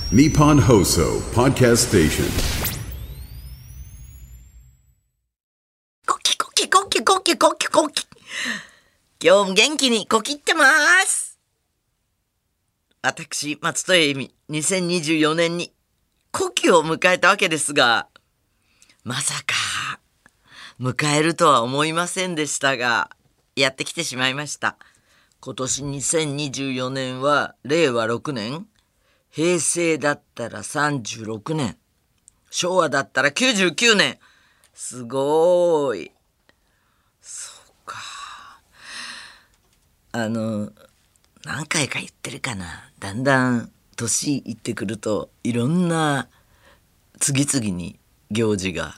Nippon Hoso Podcast Station. コキコキコキコキコキコキ。今日も元気にコキってます。私、松戸恵美、2024年に古希を迎えたわけですが、まさか迎えるとは思いませんでしたが、やってきてしまいました。今年2024年は令和6年、平成だったら36年、昭和だったら99年。すごーい。そうか。何回か言ってるかな。だんだん年いってくるといろんな次々に行事が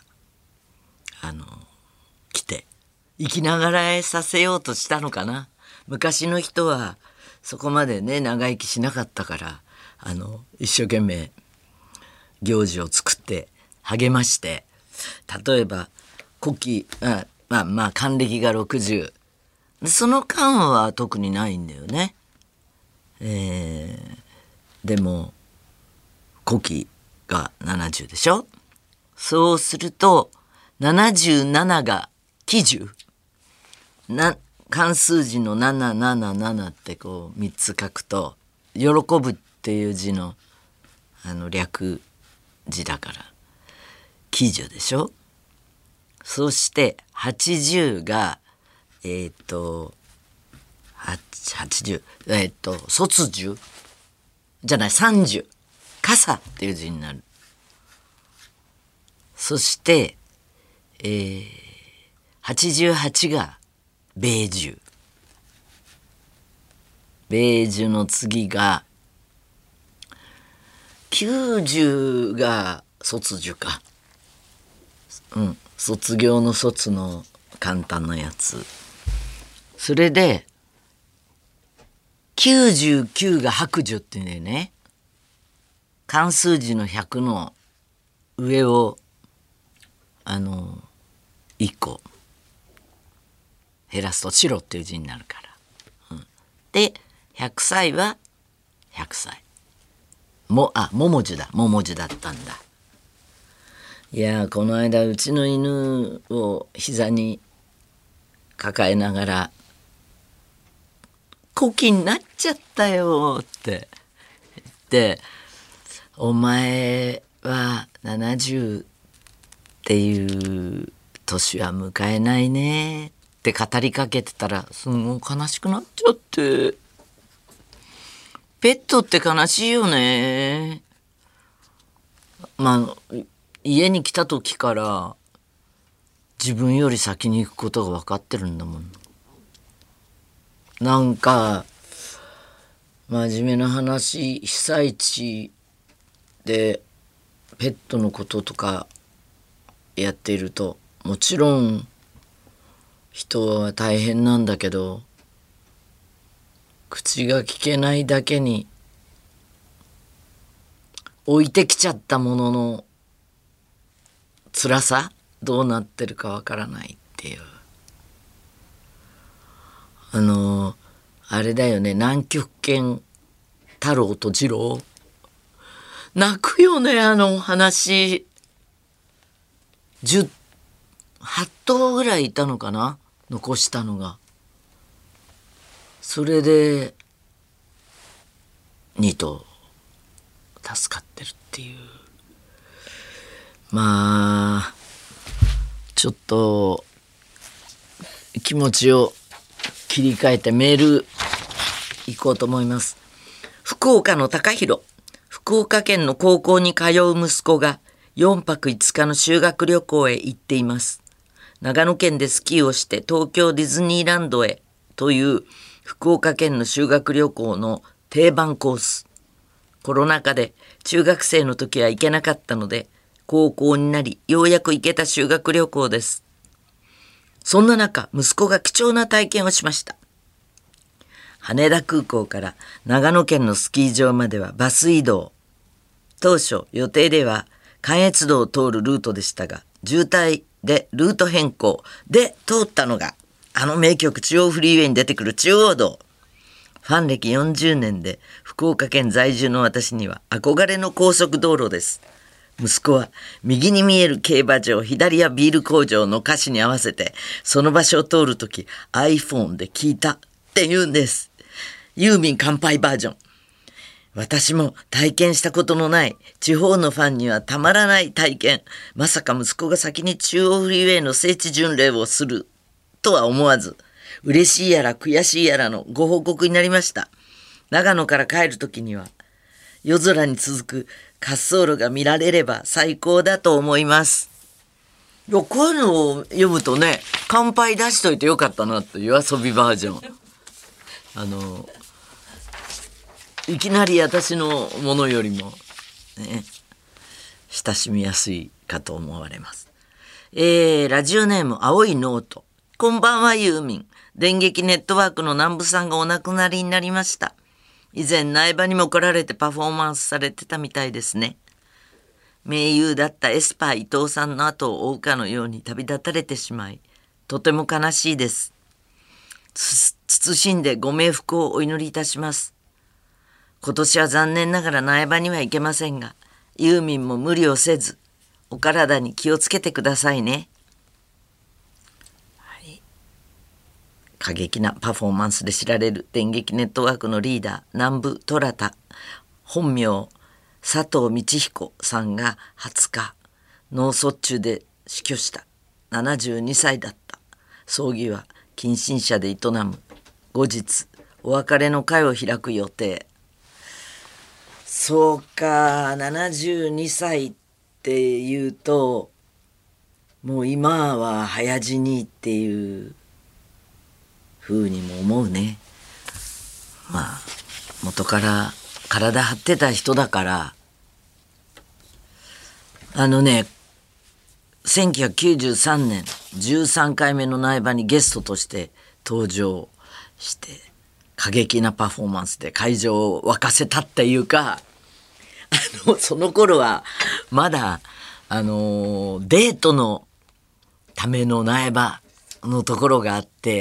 来て生きながらえさせようとしたのかな。昔の人はそこまでね長生きしなかったから一生懸命行事を作って励まして、例えば古希還暦が60、その間は特にないんだよね。でも古希が70でしょ。そうすると77が喜寿な、漢数字の777ってこう3つ書くと喜ぶっていう字の略字だから喜寿でしょ。そして80が80卒寿じゃない30傘っていう字になる。そして88が米寿。米寿の次が90が卒寿か。卒業の卒の簡単なやつ。それで99が白寿っていうんだよね。漢数字の100の上を1個減らすと白っていう字になるから、で100歳は100歳桃寿だったんだ。いやこの間うちの犬を膝に抱えながら古希になっちゃったよって言って、お前は70っていう年は迎えないねって語りかけてたら、すごい悲しくなっちゃって。ペットって悲しいよね。家に来た時から自分より先に行くことが分かってるんだもん。なんか真面目な話、被災地でペットのこととかやっていると、もちろん人は大変なんだけど、口が聞けないだけに置いてきちゃったものの辛さ、どうなってるかわからないっていう。あれだよね、南極犬太郎と次郎、泣くよね話。8頭ぐらいいたのかな、残したのが。それで2頭助かってるっていう。ちょっと気持ちを切り替えてメール行こうと思います。福岡の高弘。福岡県の高校に通う息子が4泊5日の修学旅行へ行っています。長野県でスキーをして東京ディズニーランドへという福岡県の修学旅行の定番コース。コロナ禍で中学生の時は行けなかったので、高校になりようやく行けた修学旅行です。そんな中、息子が貴重な体験をしました。羽田空港から長野県のスキー場まではバス移動。当初予定では関越道を通るルートでしたが、渋滞でルート変更で通ったのが名曲中央フリーウェイに出てくる中央道。 ファン歴40年で福岡県在住の私には憧れの高速道路です。息子は右に見える競馬場、左はビール工場の歌詞に合わせてその場所を通るとき iPhone で聞いたって言うんです。ユーミン乾杯バージョン。私も体験したことのない地方のファンにはたまらない体験。まさか息子が先に中央フリーウェイの聖地巡礼をするとは思わず、嬉しいやら悔しいやらのご報告になりました。長野から帰るときには夜空に続く滑走路が見られれば最高だと思います。いや、こういうのを読むとね、乾杯出しといてよかったなという遊びバージョン。いきなり私のものよりもね、親しみやすいかと思われます。ラジオネーム青いノート。こんばんはユーミン。電撃ネットワークの南部さんがお亡くなりになりました。以前苗場にも来られてパフォーマンスされてたみたいですね。名優だったエスパー伊藤さんの後を追うかのように旅立たれてしまい、とても悲しいです。謹んでご冥福をお祈りいたします。今年は残念ながら苗場には行けませんが、ユーミンも無理をせず、お体に気をつけてくださいね。はい、過激なパフォーマンスで知られる電撃ネットワークのリーダー、南部虎田、本名、佐藤道彦さんが20日、脳卒中で死去した。72歳だった。葬儀は近親者で営む。後日、お別れの会を開く予定。そうか、72歳っていうと、もう今は早死にっていう風にも思うね。まあ、元から体張ってた人だから、1993年13回目の苗場にゲストとして登場して、過激なパフォーマンスで会場を沸かせたっていうか、その頃はまだデートのための苗場のところがあって、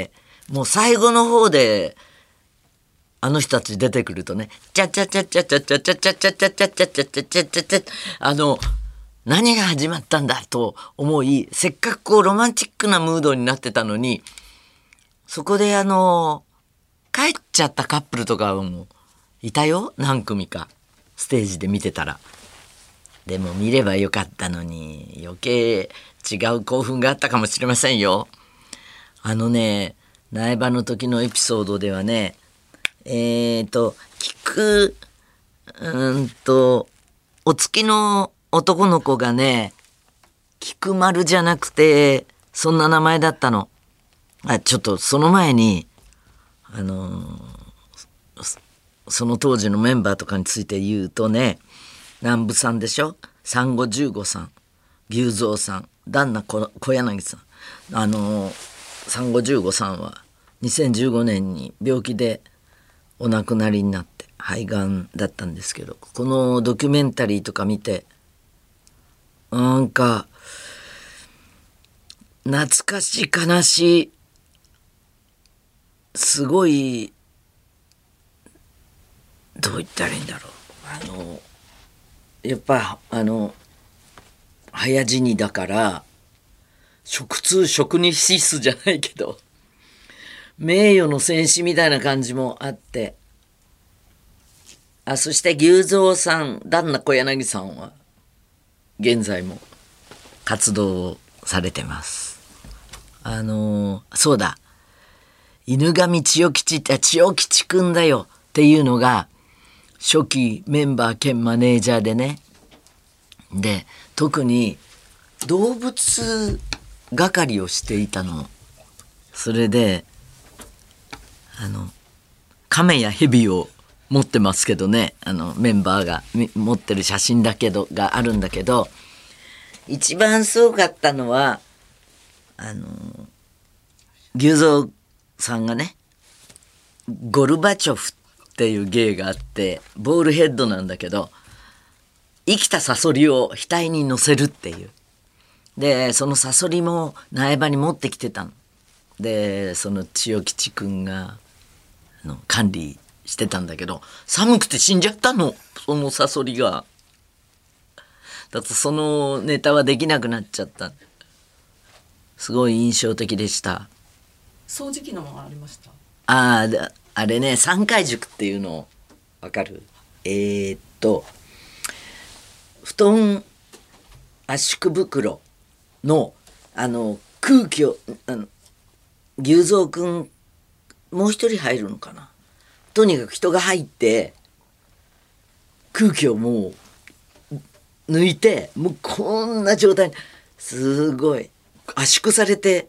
もう最後の方であの人たち出てくるとね、チャチャチャチャチャチャチャチャチャチャチャチャチャチャチャチャチャ、何が始まったんだと思い、せっかくこうロマンチックなムードになってたのに、そこで帰っちゃったカップルとかもいたよ、何組かステージで見てたら。でも見ればよかったのに、余計違う興奮があったかもしれませんよ。苗場の時のエピソードではね、お月の男の子がね、菊丸じゃなくてそんな名前だったの。ちょっとその前にその当時のメンバーとかについて言うとね、南部さんでしょ、産後15さん、牛蔵さん、旦那小柳さん。産後15さんは2015年に病気でお亡くなりになって肺がんだったんですけど、このドキュメンタリーとか見て、なんか懐かしい、悲しい、すごい、どう言ったらいいんだろう。やっぱ早死にだから食通食に死すじゃないけど、名誉の戦士みたいな感じもあって、そして牛蔵さん、旦那小柳さんは現在も活動をされてます。そうだ、犬神千代吉って千代吉くんだよっていうのが初期メンバー兼マネージャーでね。で、特に動物係をしていたの。それで亀や蛇を持ってますけどね、メンバーが持ってる写真だけどがあるんだけど、一番すごかったのは牛蔵さんがね、ゴルバチョフっていう芸があって、ボールヘッドなんだけど、生きたサソリを額に乗せるっていう。でそのサソリも苗場に持ってきてたので、その千代吉くんが管理してたんだけど、寒くて死んじゃったの、そのサソリが。だとそのネタはできなくなっちゃった。すごい印象的でした。 掃除機のもありました。 あれね、3回塾っていうのわかる？布団圧縮袋の空気を牛蔵くんもう一人入るのかな。とにかく人が入って空気をもう抜いて、もうこんな状態にすごい圧縮されて、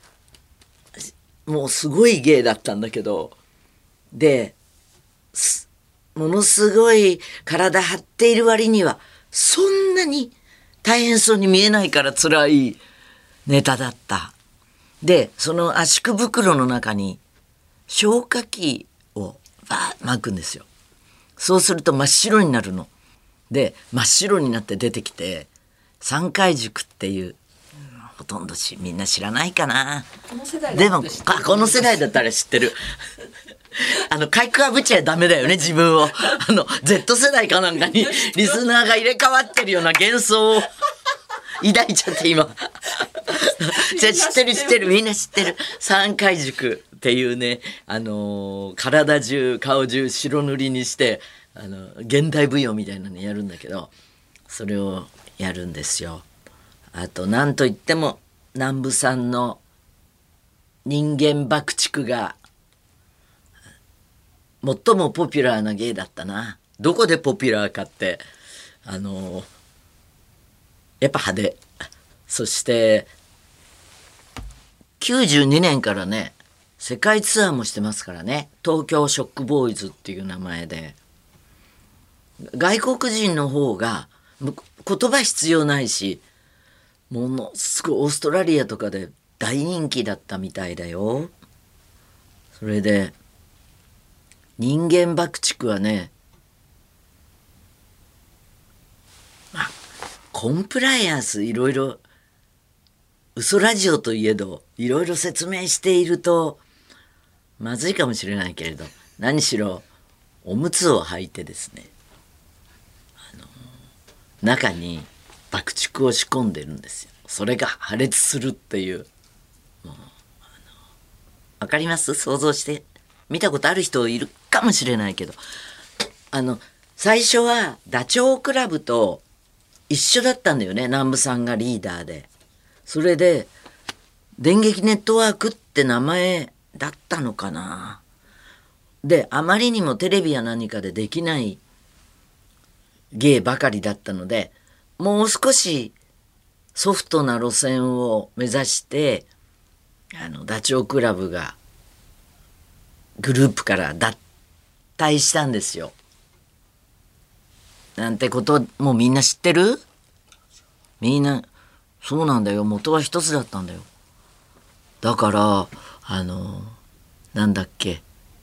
もうすごい芸だったんだけど、でものすごい体張っている割にはそんなに大変そうに見えないから辛いネタだった。でその圧縮袋の中に消火器を巻くんですよ。そうすると真っ白になるの。で真っ白になって出てきて、三回塾っていう、ほとんどみんな知らないかな。でもこの世代だったら知ってる。かいくはぶっちゃダメだよね、自分を。Z 世代かなんかにリスナーが入れ替わってるような幻想を抱いちゃって今。じゃあ知ってるみんな知ってる。三回塾っていうね、体中顔中白塗りにして現代舞踊みたいなのやるんだけど、それをやるんですよ。あとなんといっても南部さんの人間爆竹が最もポピュラーな芸だったな。どこでポピュラーかってやっぱ派手。そして92年からね世界ツアーもしてますからね。東京ショックボーイズっていう名前で、外国人の方が言葉必要ないし、ものすごいオーストラリアとかで大人気だったみたいだよ。それで人間爆竹はね、コンプライアンスいろいろ、嘘ラジオといえどいろいろ説明しているとまずいかもしれないけれど、何しろおむつを履いてですね、中に爆竹を仕込んでるんですよ。それが破裂するっていう、わかります？想像して見たことある人いるかもしれないけど、最初はダチョウ倶楽部と一緒だったんだよね、南部さんがリーダーで。それで電撃ネットワークって名前だったのかな。であまりにもテレビや何かでできない芸ばかりだったので、もう少しソフトな路線を目指してダチョウ倶楽部がグループから脱退したんですよ。なんてこともうみんな知ってる？みんなそうなんだよ。元は一つだったんだよ。だからなんだっけ、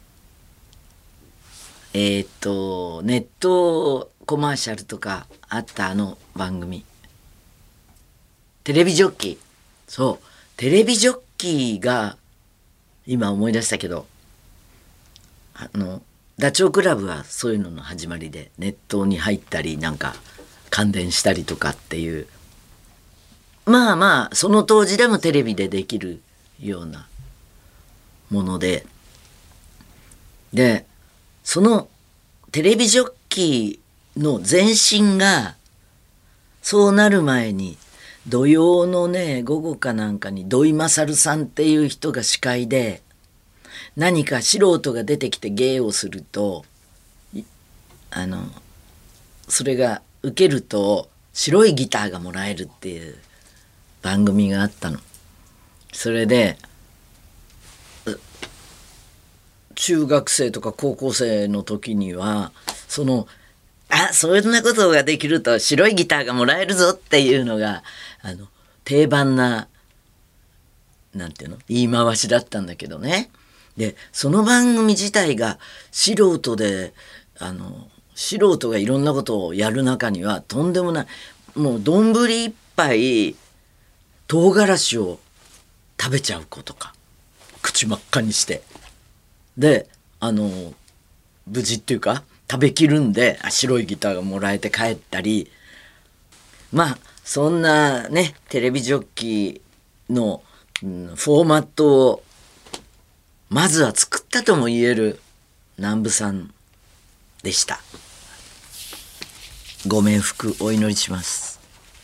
ネットコマーシャルとかあった番組、テレビジョッキー。そうテレビジョッキーが今思い出したけど、ダチョウ倶楽部はそういうのの始まりで、ネットに入ったりなんか感電したりとかっていう、まあその当時でもテレビでできるようなもので、そのテレビジョッキーの前身が、そうなる前に土曜のね午後かなんかに土井勝さんっていう人が司会で、何か素人が出てきて芸をするとそれが受けると白いギターがもらえるっていう番組があったの。それで中学生とか高校生の時にはそんなことができると白いギターがもらえるぞっていうのが定番ななんていうの言い回しだったんだけどね。でその番組自体が素人で素人がいろんなことをやる中にはとんでもない、もう丼一杯唐辛子を食べちゃう子とか口真っ赤にして、で無事っていうか食べきるんで白いギターがもらえて帰ったり、まあそんなねテレビジョッキーの、フォーマットをまずは作ったとも言える南部さんでした。ご冥福お祈りします。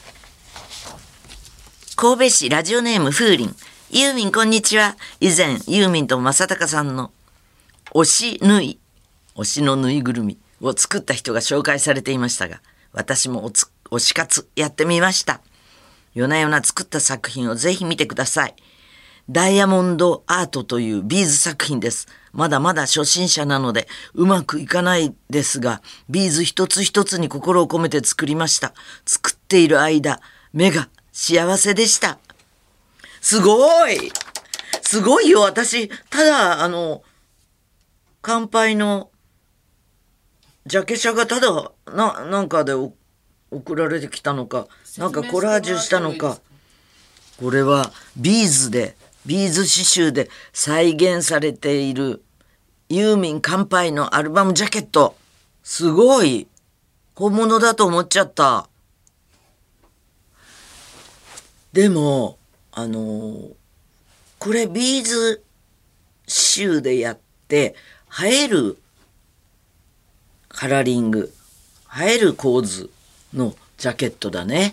神戸市ラジオネーム風鈴。ユーミンこんにちは。以前ユーミンと正隆さんの推しのぬいぐるみを作った人が紹介されていましたが、私も推し活やってみました。夜な夜な作った作品をぜひ見てください。ダイヤモンドアートというビーズ作品です。まだまだ初心者なのでうまくいかないですが、ビーズ一つ一つに心を込めて作りました。作っている間、目が幸せでした。すごいすごいよ。私ただ乾杯のジャケ写がただなんかで送られてきたのか、なんかコラージュしたのか、これはビーズ刺繍で再現されているユーミン乾杯のアルバムジャケット。すごい本物だと思っちゃった。でもこれビーズ刺繍でやって映えるカラーリング、映える構図のジャケットだね。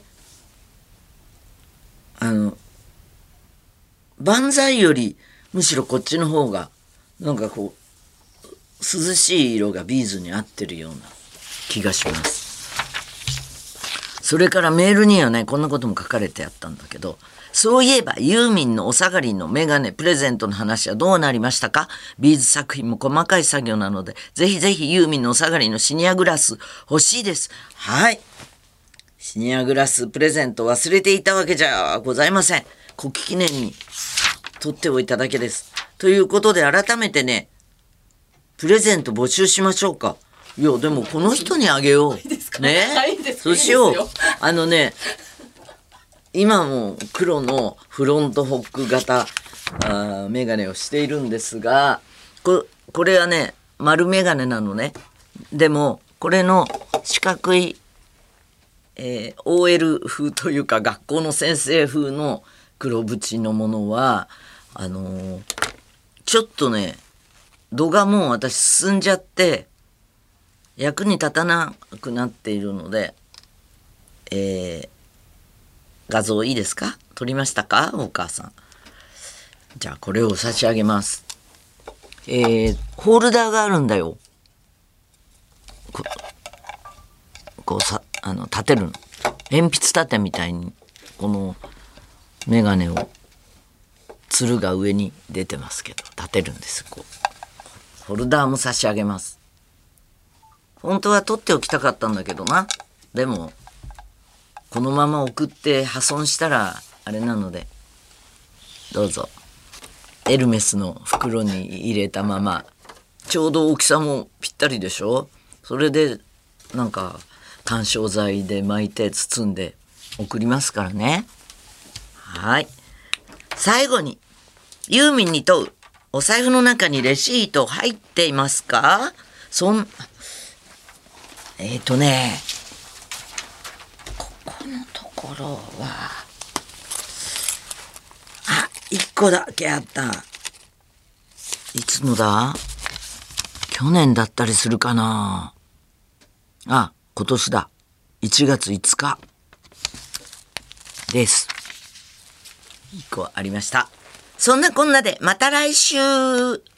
万歳よりむしろこっちの方がなんかこう涼しい色がビーズに合ってるような気がします。それからメールにはねこんなことも書かれてあったんだけど、そういえばユーミンのお下がりのメガネプレゼントの話はどうなりましたか？ビーズ作品も細かい作業なのでぜひぜひユーミンのお下がりのシニアグラス欲しいです。はい、シニアグラスプレゼント忘れていたわけじゃございません。古希記念に取っておいただけです。ということで改めてねプレゼント募集しましょうか。いやでもこの人にあげようね。そうしよう。今も黒のフロントホック型メガネをしているんですが、これはね丸メガネなのね。でもこれの四角い、OL 風というか学校の先生風の黒縁のものはちょっとね度がもう私進んじゃって役に立たなくなっているので、画像いいですか？撮りましたかお母さん。じゃあこれを差し上げます。ホルダーがあるんだよ。こう立てるの。鉛筆立てみたいにこのメガネをつるが上に出てますけど立てるんです。こうホルダーも差し上げます。本当は取っておきたかったんだけどな。でもこのまま送って破損したらあれなのでどうぞ。エルメスの袋に入れたままちょうど大きさもぴったりでしょ。それでなんか緩衝材で巻いて包んで送りますからね。はい。最後にユーミンに問う。お財布の中にレシート入っていますか？ここのところは1個だけあった。いつのだ？去年だったりするかな。今年だ。1月5日です。1個ありました。そんなこんなでまた来週。